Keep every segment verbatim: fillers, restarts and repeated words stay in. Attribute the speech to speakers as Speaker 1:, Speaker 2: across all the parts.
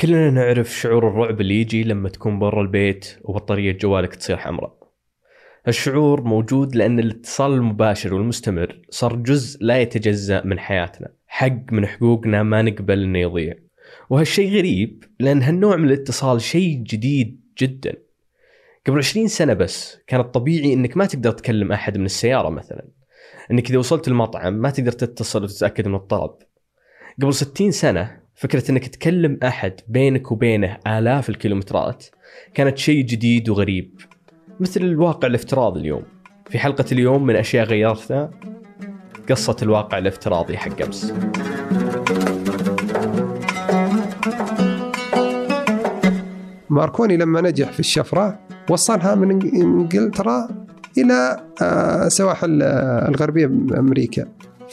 Speaker 1: كلنا نعرف شعور الرعب اللي يجي لما تكون برا البيت وبطارية جوالك تصير حمراء. هالشعور موجود لأن الاتصال المباشر والمستمر صار جزء لا يتجزأ من حياتنا، حق من حقوقنا ما نقبل إنه يضيع. وهالشيء غريب لأن هالنوع من الاتصال شيء جديد جدا. قبل عشرين سنة بس كان الطبيعي إنك ما تقدر تكلم أحد من السيارة مثلا، إنك إذا وصلت المطعم ما تقدر تتصل وتتأكد من الطلب. قبل ستين سنة فكرة إنك تكلم أحد بينك وبينه آلاف الكيلومترات كانت شيء جديد وغريب، مثل الواقع الافتراضي اليوم. في حلقة اليوم من أشياء غيرتنا، قصة الواقع الافتراضي حق أمس.
Speaker 2: ماركوني لما نجح في الشفرة وصلها من إنجلترا إلى سواحل الغربية بأمريكا،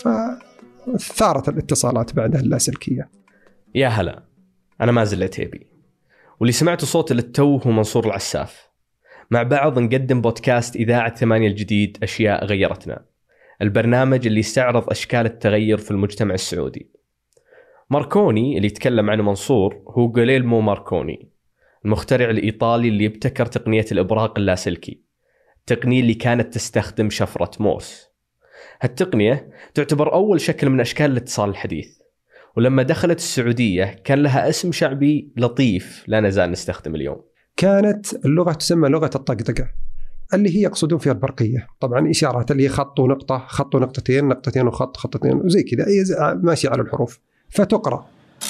Speaker 2: فثارت الاتصالات بعدها اللاسلكية.
Speaker 1: يا هلا، أنا مازن العتيبي، واللي سمعت صوت للتو هو منصور العساف. مع بعض نقدم بودكاست إذاعة ثمانية الجديد، أشياء غيرتنا، البرنامج اللي يستعرض أشكال التغير في المجتمع السعودي. ماركوني اللي يتكلم عنه منصور هو غوليلمو ماركوني، المخترع الإيطالي اللي ابتكر تقنية الإبراق اللاسلكي، التقنية اللي كانت تستخدم شفرة مورس. هالتقنية تعتبر أول شكل من أشكال الاتصال الحديث، ولما دخلت السعودية كان لها اسم شعبي لطيف لا نزال نستخدم اليوم.
Speaker 2: كانت اللغة تسمى لغة الطقطقة، اللي هي يقصدون فيها البرقية. طبعا إشارات اللي هي خط ونقطة، خط ونقطتين، نقطتين وخط، خطتين، وزي كذا، ماشي على الحروف فتقرأ.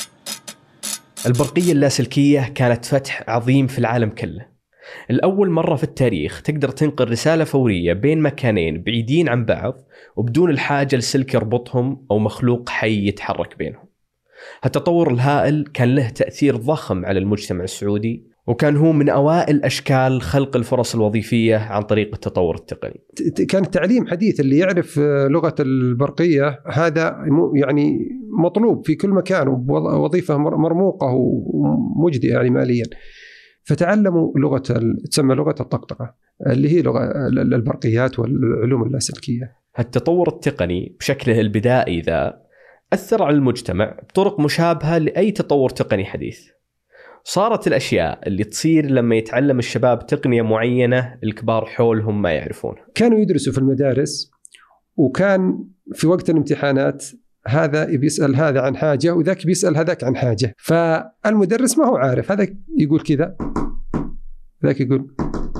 Speaker 1: البرقية اللاسلكية كانت فتح عظيم في العالم كله. الأول مرة في التاريخ تقدر تنقل رسالة فورية بين مكانين بعيدين عن بعض وبدون الحاجة لسلك يربطهم أو مخلوق حي يتحرك بينهم. هالتطور الهائل كان له تأثير ضخم على المجتمع السعودي، وكان هو من أوائل أشكال خلق الفرص الوظيفية عن طريق التطور التقني.
Speaker 2: كان التعليم حديث، اللي يعرف لغة البرقية هذا يعني مطلوب في كل مكان، ووظيفة مرموقة ومجدية يعني ماليا. فتعلموا لغة تسمى لغة الطقطقة، اللي هي لغة البرقيات والعلوم اللاسلكية.
Speaker 1: هالتطور التقني بشكله البدائي ذا أثر على المجتمع بطرق مشابهة لأي تطور تقني حديث. صارت الأشياء اللي تصير لما يتعلم الشباب تقنية معينة الكبار حولهم ما يعرفونها.
Speaker 2: كانوا يدرسوا في المدارس، وكان في وقت الامتحانات هذا بيسأل هذا عن حاجة وذاك بيسأل هذاك عن حاجة، فالمدرس ما هو عارف، هذا يقول كذا ذاك يقول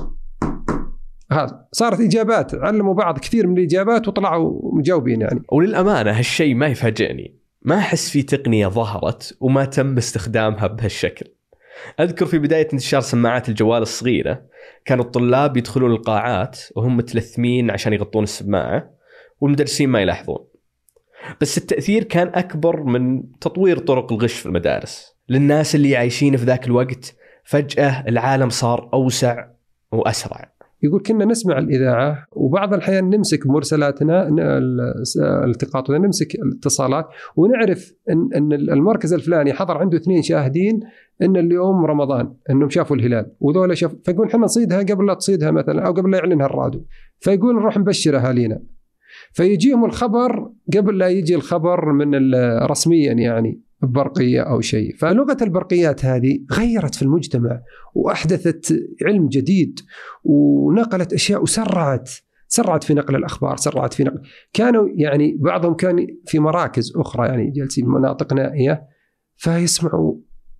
Speaker 2: هذا. صارت إجابات، علموا بعض كثير من الإجابات وطلعوا مجاوبين يعني.
Speaker 1: وللأمانة هالشيء ما يفاجئني، ما أحس في تقنية ظهرت وما تم استخدامها بهالشكل. أذكر في بداية انتشار سماعات الجوال الصغيرة كانوا الطلاب يدخلون القاعات وهم متلثمين عشان يغطون السماعة، والمدرسين ما يلاحظون. بس التأثير كان أكبر من تطوير طرق الغش في المدارس. للناس اللي عايشين في ذاك الوقت فجأة العالم صار أوسع وأسرع.
Speaker 2: يقول كنا نسمع الإذاعة، وبعض الأحيان نمسك مرسلاتنا الالتقاطنا، نمسك الاتصالات ونعرف إن, إن المركز الفلاني حضر عنده اثنين شاهدين إن اليوم رمضان، إنهم شافوا الهلال وذولا شاف، فيقول حنا نصيدها قبل لا تصيدها مثلا، أو قبل لا يعلنها الراديو، فيقول نروح نبشر أهالينا، فيجيهم الخبر قبل لا يجي الخبر من رسميا يعني برقية أو شيء. فلغة البرقيات هذه غيرت في المجتمع وأحدثت علم جديد ونقلت أشياء وسرعت سرعت في نقل الأخبار، سرعت في نقل. كانوا يعني بعضهم كان في مراكز أخرى يعني جالسين مناطق نائية فيسمعوا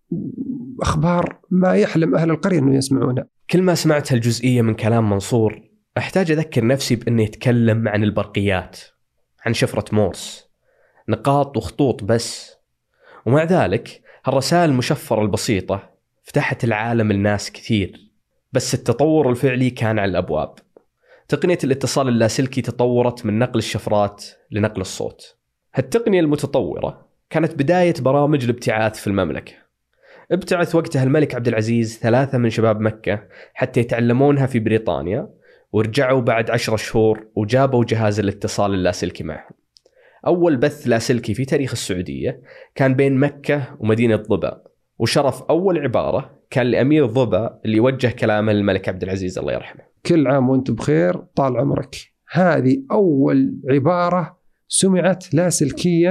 Speaker 2: أخبار ما يحلم أهل القرية أنه يسمعونها.
Speaker 1: كل ما سمعت هالجزئية من كلام منصور أحتاج أذكر نفسي بأنه يتكلم عن البرقيات، عن شفرة مورس، نقاط وخطوط بس. ومع ذلك هالرسائل المشفرة البسيطة فتحت العالم للناس كثير. بس التطور الفعلي كان على الأبواب. تقنية الاتصال اللاسلكي تطورت من نقل الشفرات لنقل الصوت. هالتقنية المتطورة كانت بداية برامج الابتعاث في المملكة. ابتعث وقتها الملك عبد العزيز ثلاثة من شباب مكة حتى يتعلمونها في بريطانيا، ورجعوا بعد عشرة شهور وجابوا جهاز الاتصال اللاسلكي معهم. أول بث لاسلكي في تاريخ السعودية كان بين مكة ومدينة ضبا، وشرف أول عبارة كان لأمير ضبا اللي وجه كلامه للملك عبد العزيز الله يرحمه:
Speaker 2: كل عام وانت بخير طال عمرك. هذه أول عبارة سمعت لاسلكيا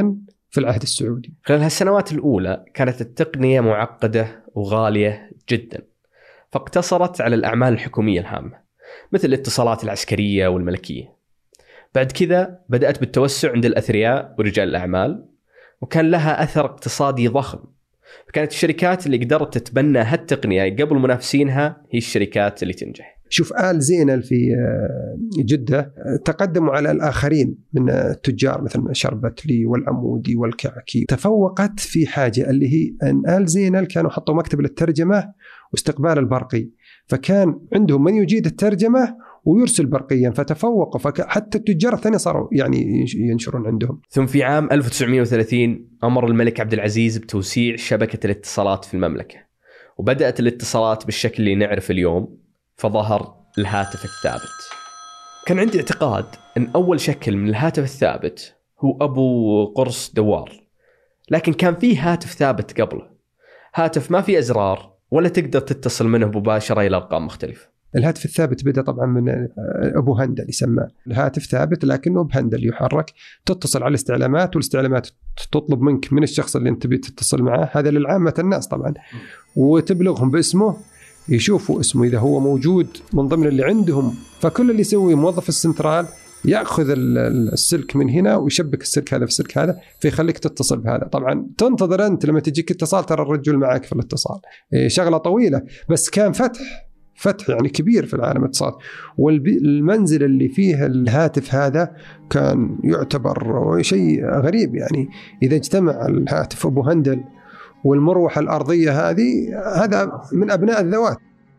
Speaker 2: في العهد السعودي.
Speaker 1: خلال هالسنوات الأولى كانت التقنية معقدة وغالية جدا، فاقتصرت على الأعمال الحكومية الهامة مثل الاتصالات العسكرية والملكية. بعد كذا بدأت بالتوسع عند الأثرياء ورجال الأعمال، وكان لها أثر اقتصادي ضخم. فكانت الشركات اللي قدرت تتبنى هالتقنية قبل منافسينها هي الشركات اللي تنجح.
Speaker 2: شوف آل زينل في جدة تقدموا على الآخرين من التجار مثل شربتلي والعمودي والكعكي. تفوقت في حاجة اللي هي أن آل زينل كانوا حطوا مكتب للترجمة واستقبال البرقي، فكان عندهم من يجيد الترجمة ويرسل برقيا، فتفوقوا، فحتى التجار الثانيين صاروا يعني ينشرون عندهم.
Speaker 1: ثم في عام ألف وتسعمائة وثلاثين أمر الملك عبد العزيز بتوسيع شبكة الاتصالات في المملكة، وبدأت الاتصالات بالشكل اللي نعرف اليوم، فظهر الهاتف الثابت. كان عندي اعتقاد أن أول شكل من الهاتف الثابت هو أبو قرص دوار، لكن كان فيه هاتف ثابت قبله، هاتف ما فيه أزرار ولا تقدر تتصل منه مباشرة إلى أرقام مختلفة.
Speaker 2: الهاتف الثابت بدأ طبعا من أبو هندل يسمى الهاتف ثابت، لكنه بهندل يحرك، تتصل على الاستعلامات والاستعلامات تطلب منك من الشخص اللي انت بتتصل معه، هذا للعامة الناس طبعا، وتبلغهم باسمه، يشوفوا اسمه إذا هو موجود من ضمن اللي عندهم. فكل اللي يسوي موظف السنترال يأخذ السلك من هنا ويشبك السلك هذا في السلك هذا، فيخليك تتصل بهذا. طبعا تنتظر أنت لما تجيك اتصال ترى الرجل معك في الاتصال، شغلة طويلة، بس كان فتح فتح يعني كبير في العالم الاتصال. والمنزل اللي فيه الهاتف هذا كان يعتبر شيء غريب، يعني إذا اجتمع الهاتف أبو هندل والمروحة الأرضية هذه، هذا من أبناء الذوات.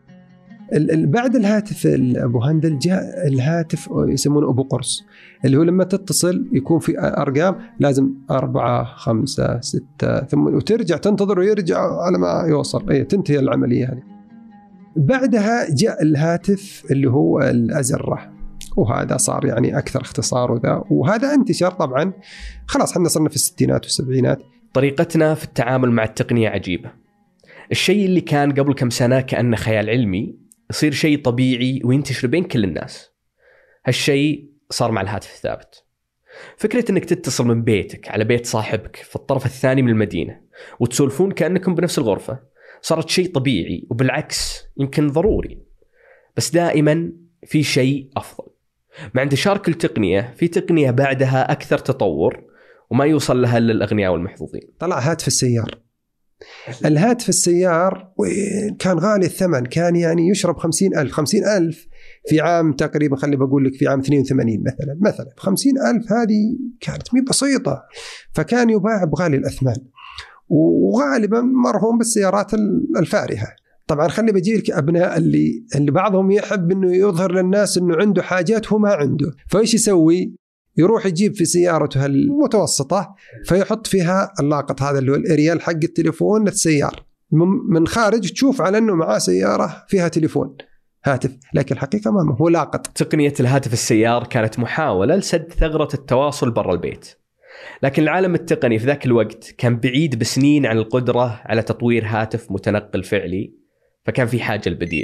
Speaker 2: بعد الهاتف أبو هندل جاء الهاتف يسمونه أبو قرص، اللي هو لما تتصل يكون في أرقام لازم أربعة خمسة ستة ثم وترجع تنتظر ويرجع على ما يوصل، أي تنتهي العملية هذه. بعدها جاء الهاتف اللي هو الأزرة، وهذا صار يعني أكثر اختصار وذا، وهذا انتشر طبعا. خلاص حنا صرنا في الستينات والسبعينات.
Speaker 1: طريقتنا في التعامل مع التقنية عجيبة. الشيء اللي كان قبل كم سنة كأنه خيال علمي يصير شيء طبيعي وينتشر بين كل الناس. هالشيء صار مع الهاتف الثابت. فكرة أنك تتصل من بيتك على بيت صاحبك في الطرف الثاني من المدينة وتسولفون كأنكم بنفس الغرفة صارت شيء طبيعي، وبالعكس يمكن ضروري. بس دائما في شيء أفضل. مع انتشار كل تقنية في تقنية بعدها أكثر تطور وما يوصل لها إلا الأغنياء والمحظوظين.
Speaker 2: طلع هاتف السيار. الهاتف السيار كان غالي الثمن، كان يعني يشرب خمسين ألف خمسين ألف في عام تقريبا، خلي بقول لك في عام اثنين وثمانين مثلا مثلا خمسين ألف هذه كانت مي بسيطة، فكان يباع بغالي الأثمان، وغالبا مرهم بالسيارات الفارهة. طبعا خلي بجي لك أبناء اللي اللي بعضهم يحب إنه يظهر للناس إنه عنده حاجات هو ما عنده، فإيش يسوي؟ يروح يجيب في سيارته المتوسطة فيحط فيها اللاقط هذا اللي هو الاريال حق التليفون السيار، من خارج تشوف على أنه معاه سيارة فيها تليفون هاتف، لكن الحقيقة ما هو لاقط.
Speaker 1: تقنية الهاتف السيار كانت محاولة لسد ثغرة التواصل برا البيت، لكن العالم التقني في ذاك الوقت كان بعيد بسنين عن القدرة على تطوير هاتف متنقل فعلي، فكان في حاجة البديل.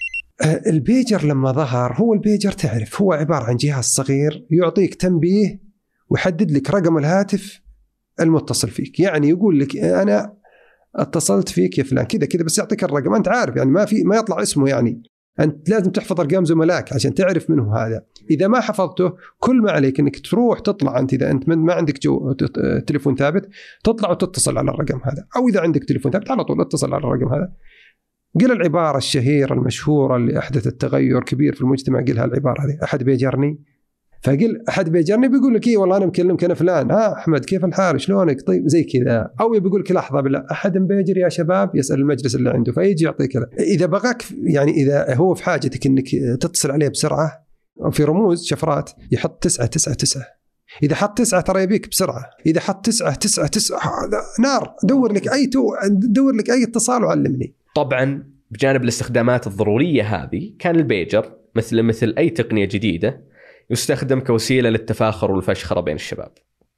Speaker 2: البيجر لما ظهر، هو البيجر تعرف هو عبارة عن جهاز صغير يعطيك تنبيه ويحدد لك رقم الهاتف المتصل فيك، يعني يقول لك أنا اتصلت فيك يا فلان كذا كذا، بس يعطيك الرقم، أنت عارف يعني ما في ما يطلع اسمه، يعني أنت لازم تحفظ أرقام زملائك عشان تعرف منه هذا. إذا ما حفظته كل ما عليك أنك تروح تطلع أنت، إذا أنت ما عندك جو تليفون ثابت تطلع وتتصل على الرقم هذا، أو إذا عندك تليفون ثابت على طول اتصل على الرقم هذا. قل العبارة الشهيرة المشهورة اللي أحدثت تغير كبير في المجتمع، قلها العبارة هذه: أحد بيجرني. فقل أحد بيجرني بيقول لك إيه والله أنا مكلمك أنا فلان، ها أحمد كيف الحال شلونك طيب زي كذا، أو بيقول لك لحظة بالله أحد بيجري يا شباب، يسأل المجلس اللي عنده فيجي يعطيك كذا. إذا بغاك يعني إذا هو في حاجتك إنك تتصل عليه بسرعة، في رموز شفرات يحط تسعة تسعة تسعة، إذا حط تسعة ترى يبيك بسرعة، إذا حط تسعة تسعة تسعة نار، دور لك أي تو دور لك أي اتصال وعلمني.
Speaker 1: طبعا بجانب الاستخدامات الضرورية هذه كان البيجر مثل مثل أي تقنية جديدة يستخدم كوسيلة للتفاخر والفشخرة بين الشباب.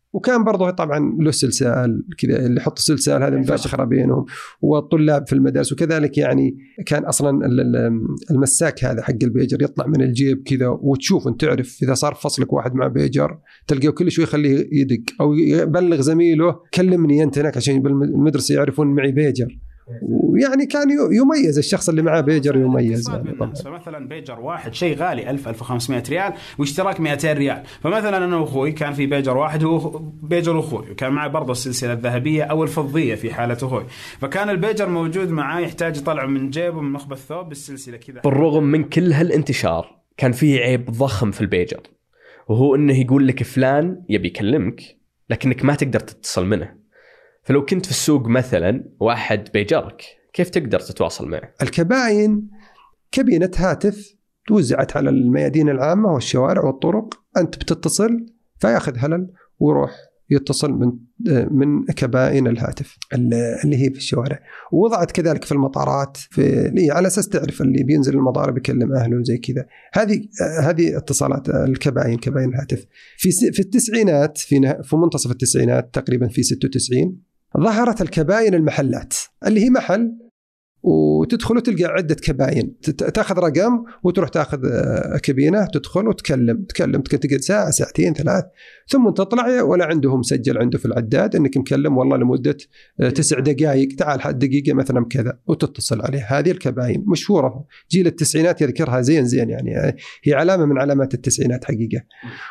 Speaker 2: وكان برضه طبعا له سلسال كذا اللي يحط سلسال هذا مباشرة بينهم، والطلاب في المدارس وكذلك. يعني كان أصلا المساك هذا حق البيجر يطلع من الجيب كذا وتشوف أنت تعرف إذا صار فصلك واحد مع بيجر تلقيه كل شوي يخليه يدق أو يبلغ زميله كلمني أنت هناك عشان المدرسة يعرفون معي بيجر. ويعني كان يميز الشخص اللي معاه بيجر يميز يعني.
Speaker 3: فمثلا بيجر واحد شيء غالي ألف ألف وخمسمائة ريال واشتراك مئتين ريال. فمثلا أنا وأخوي كان في بيجر واحد هو بيجر أخوي وكان معي برضه السلسلة الذهبية أو الفضية في حالة أخوي، فكان البيجر موجود معاه يحتاج يطلع من جيبه من مخبى الثوب بالسلسلة كذا.
Speaker 1: بالرغم من كل هالانتشار كان فيه عيب ضخم في البيجر، وهو إنه يقول لك فلان يبي يكلمك لكنك ما تقدر تتصل منه. فلو كنت في السوق مثلا واحد بيجرك كيف تقدر تتواصل معه؟
Speaker 2: الكباين كبينة هاتف توزعت على الميادين العامة والشوارع والطرق، أنت بتتصل فياخذ هلل ويروح يتصل من من كبائن الهاتف اللي هي في الشوارع. ووضعت كذلك في المطارات في على أساس تعرف اللي بينزل المطار بيكلم أهله وزي كذا. هذه هذه اتصالات الكبائن كبائن الهاتف. في في التسعينات في في منتصف التسعينات تقريبا في ستة وتسعين ظهرت الكبائن المحلات اللي هي محل وتدخل وتلقى عدة كباين، تأخذ رقم وتروح تأخذ كبينة تدخل وتكلم تكلم تقعد ساعة ساعتين ثلاث ثم تطلع ولا عندهم مسجل عنده في العداد أنك مكلم والله لمدة تسع دقائق تعال حد دقيقة مثلا كذا وتتصل عليه. هذه الكباين مشهورة جيل التسعينات يذكرها زين زين يعني هي علامة من علامات التسعينات حقيقة.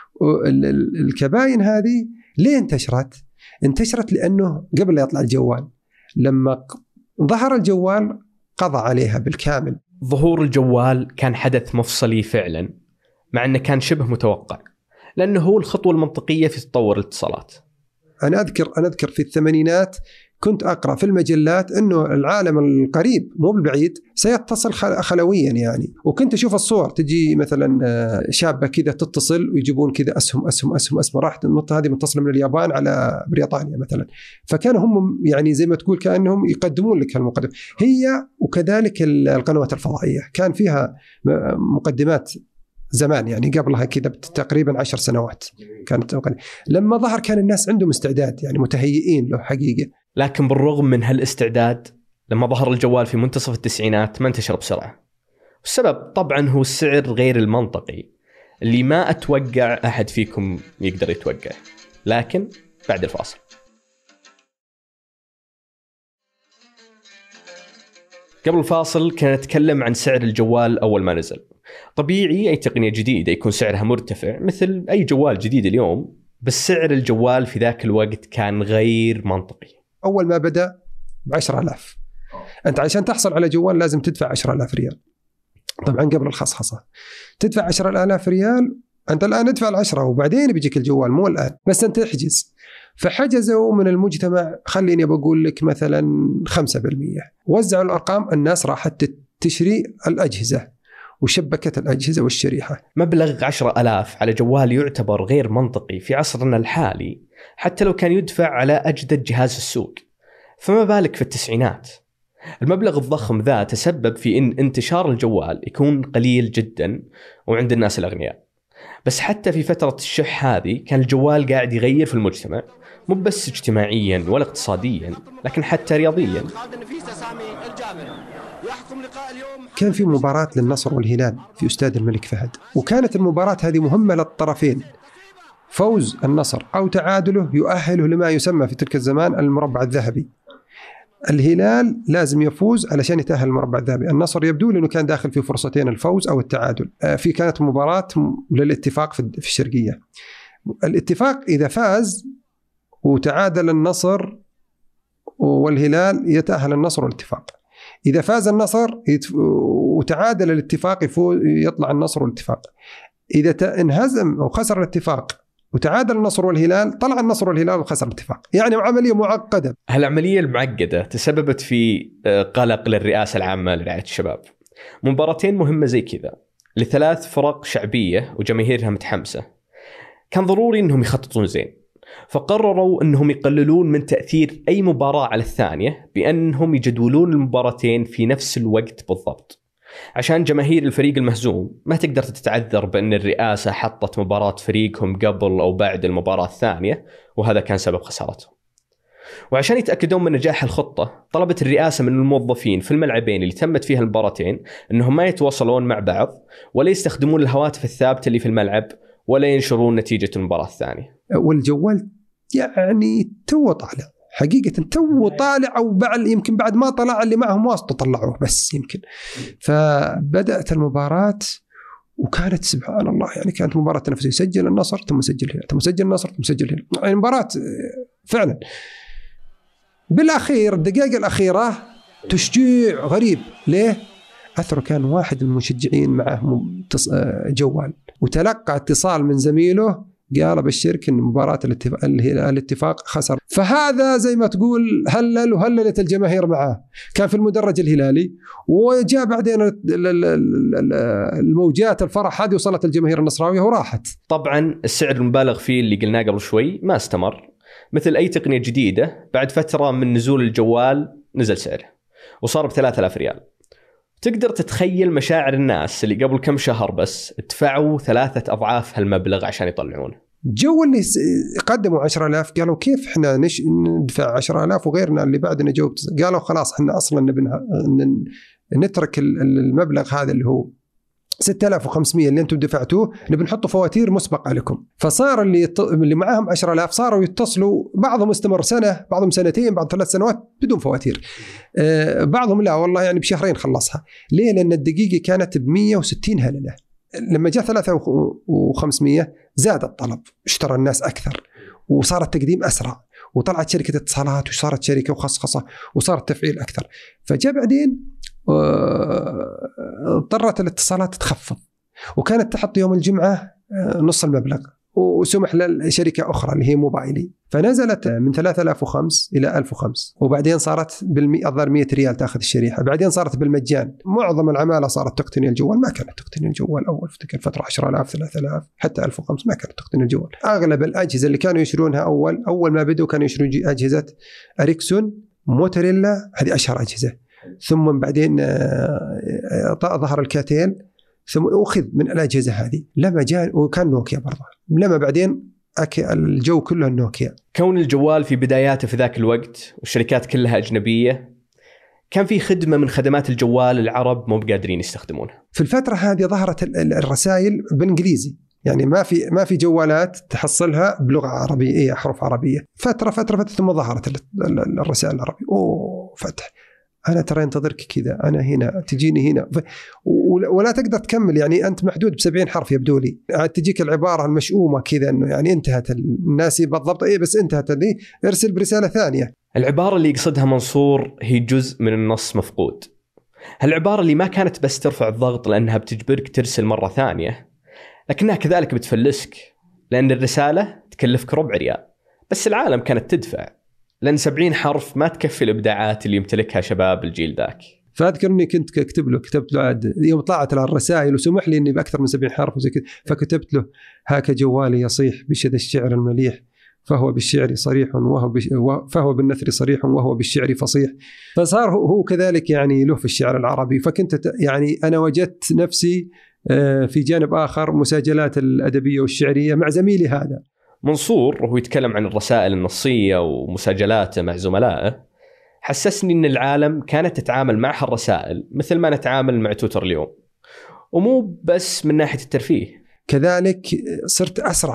Speaker 2: الكباين هذه ليه انتشرت؟ انتشرت لأنه قبل لا يطلع الجوال، لما ظهر الجوال قضى عليها بالكامل.
Speaker 1: ظهور الجوال كان حدث مفصلي فعلا، مع أنه كان شبه متوقع لأنه هو الخطوة المنطقية في تطور الاتصالات.
Speaker 2: أنا أذكر أنا أذكر في الثمانينات كنت أقرأ في المجلات أنه العالم القريب مو بالبعيد سيتصل خلويا يعني، وكنت أشوف الصور تجي مثلا شابة كذا تتصل ويجيبون كذا أسهم أسهم أسهم أسهم راحت النقطة هذه متصلة من اليابان على بريطانيا مثلا. فكانوا هم يعني زي ما تقول كأنهم يقدمون لك المقدمة هي. وكذلك القنوات الفضائية كان فيها مقدمات زمان يعني قبلها كذا تقريبا عشر سنوات كانت مقدمة. لما ظهر كان الناس عندهم استعداد يعني متهيئين له حقيقة.
Speaker 1: لكن بالرغم من هالاستعداد لما ظهر الجوال في منتصف التسعينات ما انتشر بسرعة. والسبب طبعا هو السعر غير المنطقي اللي ما أتوقع أحد فيكم يقدر يتوقع، لكن بعد الفاصل. قبل الفاصل كنا نتكلم عن سعر الجوال أول ما نزل. طبيعي أي تقنية جديدة يكون سعرها مرتفع مثل أي جوال جديد اليوم، بس سعر الجوال في ذاك الوقت كان غير منطقي.
Speaker 2: أول ما بدأ بعشرة آلاف، أنت عشان تحصل على جوال لازم تدفع عشرة آلاف ريال. طبعا قبل الخصخصة تدفع عشرة آلاف ريال، أنت الآن ادفع العشرة وبعدين بيجيك الجوال مو الآن، بس أنت تحجز. فحجزوا من المجتمع خليني بقول لك مثلا خمسة بالمية، وزعوا الأرقام الناس راحت تشتري الأجهزة وشبكة الأجهزة والشريحة.
Speaker 1: مبلغ عشرة آلاف على جوال يعتبر غير منطقي في عصرنا الحالي حتى لو كان يدفع على أجدد جهاز السوق، فما بالك في التسعينات. المبلغ الضخم ذا تسبب في إن انتشار الجوال يكون قليل جدا وعند الناس الأغنياء. بس حتى في فترة الشح هذه كان الجوال قاعد يغير في المجتمع، مو بس اجتماعيا ولا اقتصاديا لكن حتى رياضيا.
Speaker 2: كان في مباراة للنصر والهلال في استاد الملك فهد، وكانت المباراة هذه مهمة للطرفين. فوز النصر أو تعادله يؤهله لما يسمى في تلك الزمان المربع الذهبي. الهلال لازم يفوز علشان يتأهل المربع الذهبي. النصر يبدو لأنه كان داخل في فرصتين الفوز أو التعادل. في كانت مباراة للاتفاق في الشرقية. الاتفاق إذا فاز وتعادل النصر والهلال يتأهل النصر والاتفاق. إذا فاز النصر وتعادل الاتفاق يطلع النصر والاتفاق. إذا انهزم أو خسر الاتفاق وتعادل النصر والهلال طلع النصر والهلال وخسر الاتفاق. يعني عملية معقدة.
Speaker 1: هالعملية المعقدة تسببت في قلق للرئاسة العامة لرعاية الشباب. مباراتين مهمة زي كذا لثلاث فرق شعبية وجماهيرها متحمسة، كان ضروري أنهم يخططون زين، فقرروا أنهم يقللون من تأثير أي مباراة على الثانية بأنهم يجدولون المباراتين في نفس الوقت بالضبط. عشان جماهير الفريق المهزوم ما تقدر تتعذر بأن الرئاسة حطت مباراة فريقهم قبل أو بعد المباراة الثانية، وهذا كان سبب خسارتهم. وعشان يتأكدون من نجاح الخطة طلبت الرئاسة من الموظفين في الملعبين اللي تمت فيها المباراتين أنهم ما يتواصلون مع بعض ولا يستخدمون الهواتف الثابتة اللي في الملعب ولا ينشرون نتيجة المباراة الثانية.
Speaker 2: والجوال يعني تو طالع حقيقة، تو طالع أو بعد يمكن بعد ما طلع اللي معهم واسطة طلعوه بس يمكن. فبدأت المباراة وكانت سبحان الله يعني كانت مباراة تنافسية، سجل النصر ثم سجل الهلال ثم سجل النصر ثم سجل الهلال، يعني مباراة فعلا. بالأخير الدقائق الأخيرة تشجيع غريب. ليه؟ أثر كان واحد من المشجعين معه جوال وتلقى اتصال من زميله قال بالشرك ان مباراة الاتفاق خسر. فهذا زي ما تقول هلل وهللت الجماهير معاه. كان في المدرج الهلالي وجاء بعدين الموجات الفرح هذه وصلت الجماهير النصراوية وراحت.
Speaker 1: طبعا السعر المبالغ فيه اللي قلناه قبل شوي ما استمر، مثل أي تقنية جديدة بعد فترة من نزول الجوال نزل سعره وصار بثلاثة آلاف ريال. تقدر تتخيل مشاعر الناس اللي قبل كم شهر بس دفعوا ثلاثة أضعاف هالمبلغ عشان يطلعونه.
Speaker 2: جو اللي قدموا عشرة آلاف قالوا كيف إحنا نش ندفع عشرة آلاف وغيرنا اللي بعدنا جاوب قالوا خلاص إحنا أصلا نبي نترك المبلغ هذا اللي هو ستة آلاف وخمسمية اللي أنتم دفعتوه نبي نحطه فواتير مسبقة لكم. فصار اللي يط... اللي معاهم عشرة آلاف صاروا يتصلوا، بعضهم استمر سنة بعضهم سنتين بعض ثلاث سنوات بدون فواتير، آه بعضهم لا والله يعني بشهرين خلصها. ليه؟ لأن الدقيقة كانت بمية وستين هللة. لما جاء ثلاثة وخمسمية زاد الطلب، اشترى الناس أكثر وصار التقديم أسرع وطلعت شركة اتصالات وصارت شركة وخصخصة وصار التفعيل أكثر. فجاء بعدين اضطرت الاتصالات تخفض وكانت تحط يوم الجمعة نص المبلغ وسمح لشركة أخرى اللي هي موبايلي، فنزلت من ثلاثة آلاف وخمسة إلى ألف وخمسة وبعدين صارت بالمئة مئة ريال تأخذ الشريحة، بعدين صارت بالمجان. معظم العمالة صارت تقتني الجوال، ما كانت تقتني الجوال أول فترة فترة عشرة آلاف ثلاثة آلاف حتى ألف وخمسة ما كانت تقتني الجوال. أغلب الأجهزة اللي كانوا يشترونها أول أول ما بدوا كانوا يشترون أجهزة أريكسون موتوريلا، هذه أشهر أجهزة، ثم بعدين ظهر الكاتيل ثم أخذ من الأجهزة هذه لما جاء، وكان نوكيا برضه لما بعدين الجو كله النوكيا.
Speaker 1: كون الجوال في بداياته في ذاك الوقت والشركات كلها أجنبية كان في خدمة من خدمات الجوال العرب مو بقادرين يستخدمونها.
Speaker 2: في الفترة هذه ظهرت الرسائل بالإنجليزي، يعني ما في ما في جوالات تحصلها بلغة عربية حروف عربية. فترة فترة فترة ثم ظهرت الرسائل العربية. أوه فتح أنا ترى انتظرك كذا، أنا هنا تجيني هنا ولا تقدر تكمل، يعني أنت محدود بسبعين حرف يبدو لي. تجيك العبارة المشؤومة كذا إنه يعني انتهت الناس بالضبط إيه بس انتهت هذه، ارسل برسالة ثانية.
Speaker 1: العبارة اللي يقصدها منصور هي جزء من النص مفقود. هالعبارة اللي ما كانت بس ترفع الضغط لأنها بتجبرك ترسل مرة ثانية، لكنها كذلك بتفلسك لأن الرسالة تكلفك ربع ريال بس العالم كانت تدفع، لأن سبعين حرف ما تكفي الإبداعات اللي يمتلكها شباب الجيل ذاك.
Speaker 2: فأذكرني كنت كتب له كتبت له عاد يوم طلعت له الرسائل وسمح لي إني بأكثر من سبعين حرف وزي كذا، فكتبت له هاك جوالي يصيح بشذا الشعر المليح فهو بالشعر صريح وهو بش فهو بالنثر صريح وهو بالشعر فصيح. فصار هو كذلك يعني له في الشعر العربي. فكنت يعني أنا وجدت نفسي في جانب آخر مساجلات الأدبية والشعرية مع زميلي هذا.
Speaker 1: منصور وهو يتكلم عن الرسائل النصية ومساجلاته مع زملائه حسسني أن العالم كانت تتعامل مع هالرسائل مثل ما نتعامل مع تويتر اليوم، ومو بس من ناحية الترفيه.
Speaker 2: كذلك صرت أسرع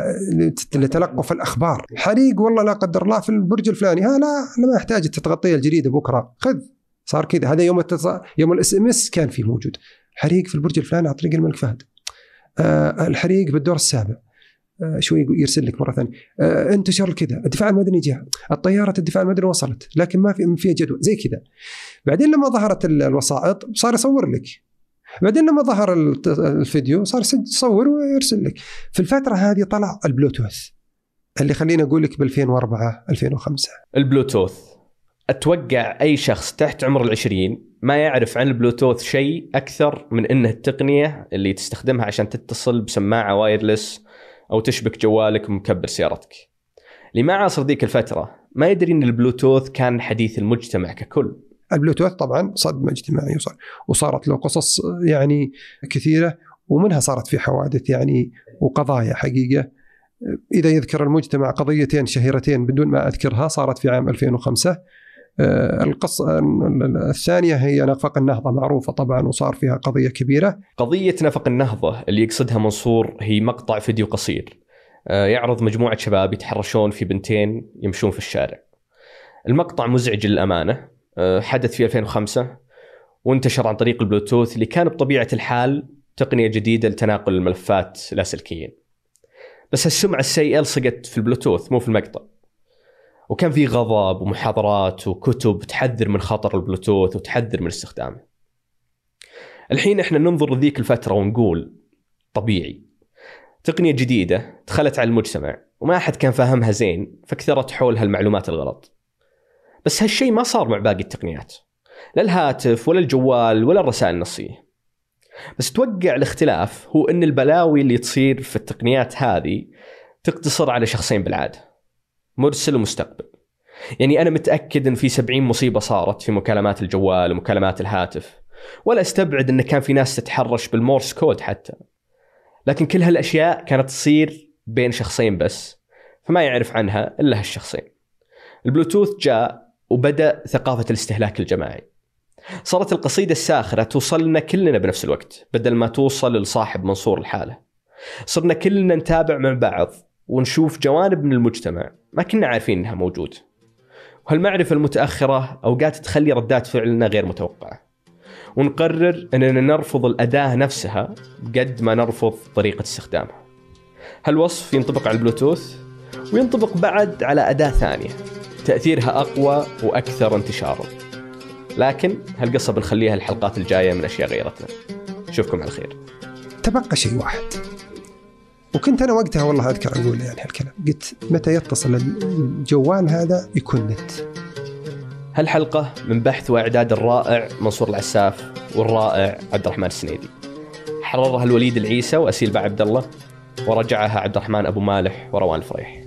Speaker 2: لتلقف الأخبار. حريق والله لا قدر الله في البرج الفلاني، ها لا ما يحتاج تغطية الجريدة بكرة خذ، صار كذا. هذا يوم التص... يوم الاس ام اس كان فيه موجود حريق في البرج الفلاني على طريق الملك فهد، آه الحريق بالدور السابع، آه شوي يرسل لك مرة ثانية، آه انتشر كذا، الدفاع المدني جاء، الطيارة الدفاع المدني وصلت لكن ما في فيها جدوى زي كذا. بعدين لما ظهرت الوسائط صار يصور لك، بعدين لما ظهر الفيديو صار يصور ويرسل لك. في الفترة هذه طلع البلوتوث اللي خلينا أقول لك بألفين وأربعة ألفين وخمسة.
Speaker 1: البلوتوث أتوقع أي شخص تحت عمر العشرين ما يعرف عن البلوتوث شيء أكثر من إنه التقنية اللي تستخدمها عشان تتصل بسماعة وايرلس أو تشبك جوالك ومكبر سيارتك. اللي ما عاصر ذيك الفترة ما يدري إن البلوتوث كان حديث المجتمع ككل.
Speaker 2: البلوتوث طبعا صدمة اجتماعية وصار وصارت له قصص يعني كثيرة، ومنها صارت في حوادث يعني وقضايا حقيقة. إذا يذكر المجتمع قضيتين شهيرتين بدون ما أذكرها صارت في عام ألفين وخمسة. القصة الثانية هي نفق النهضة، معروفة طبعا وصار فيها قضية كبيرة.
Speaker 1: قضية نفق النهضة اللي يقصدها منصور هي مقطع فيديو قصير يعرض مجموعة شباب يتحرشون في بنتين يمشون في الشارع. المقطع مزعج للأمانة، حدث في ألفين وخمسة وانتشر عن طريق البلوتوث اللي كان بطبيعة الحال تقنية جديدة لتناقل الملفات اللاسلكيين. بس هالسمعة السيئة لصقت في البلوتوث مو في المقطع، وكان في غضب ومحاضرات وكتب تحذر من خطر البلوتوث وتحذر من استخدامه. الحين احنا ننظر لذيك الفترة ونقول طبيعي، تقنية جديدة دخلت على المجتمع وما أحد كان فاهمها زين فكثرت حولها المعلومات الغلط. بس هالشي ما صار مع باقي التقنيات، لا الهاتف ولا الجوال ولا الرسائل النصية. بس توقع الاختلاف هو أن البلاوي اللي تصير في التقنيات هذه تقتصر على شخصين بالعادة، مرسل ومستقبل. يعني أنا متأكد أن في سبعين مصيبة صارت في مكالمات الجوال ومكالمات الهاتف، ولا استبعد أن كان في ناس تتحرش بالمورس كود حتى، لكن كل هالأشياء كانت تصير بين شخصين بس، فما يعرف عنها إلا هالشخصين. البلوتوث جاء وبدأ ثقافة الاستهلاك الجماعي، صارت القصيدة الساخرة توصلنا كلنا بنفس الوقت بدل ما توصل لصاحب منصور الحالة. صرنا كلنا نتابع مع بعض ونشوف جوانب من المجتمع ما كنا عارفين إنها موجود، وهالمعرفة المتأخرة أوقات تخلي ردات فعلنا غير متوقعة، ونقرر أننا نرفض الأداة نفسها قد ما نرفض طريقة استخدامها. هالوصف ينطبق على البلوتوث وينطبق بعد على أداة ثانية تأثيرها أقوى وأكثر انتشارا، لكن هالقصة بنخليها الحلقات الجاية من أشياء غيرتنا. نشوفكم على خير.
Speaker 2: تبقى شيء واحد، وكنت أنا وقتها والله أذكر أقول يعني هالكلام، قلت متى يتصل الجوال هذا يكون نت.
Speaker 1: هالحلقة من بحث وإعداد الرائع منصور العساف والرائع عبد الرحمن السنيدي، حررها الوليد العيسى وأسيل باع عبد الله، ورجعها عبد الرحمن أبو مالح وروان الفريح.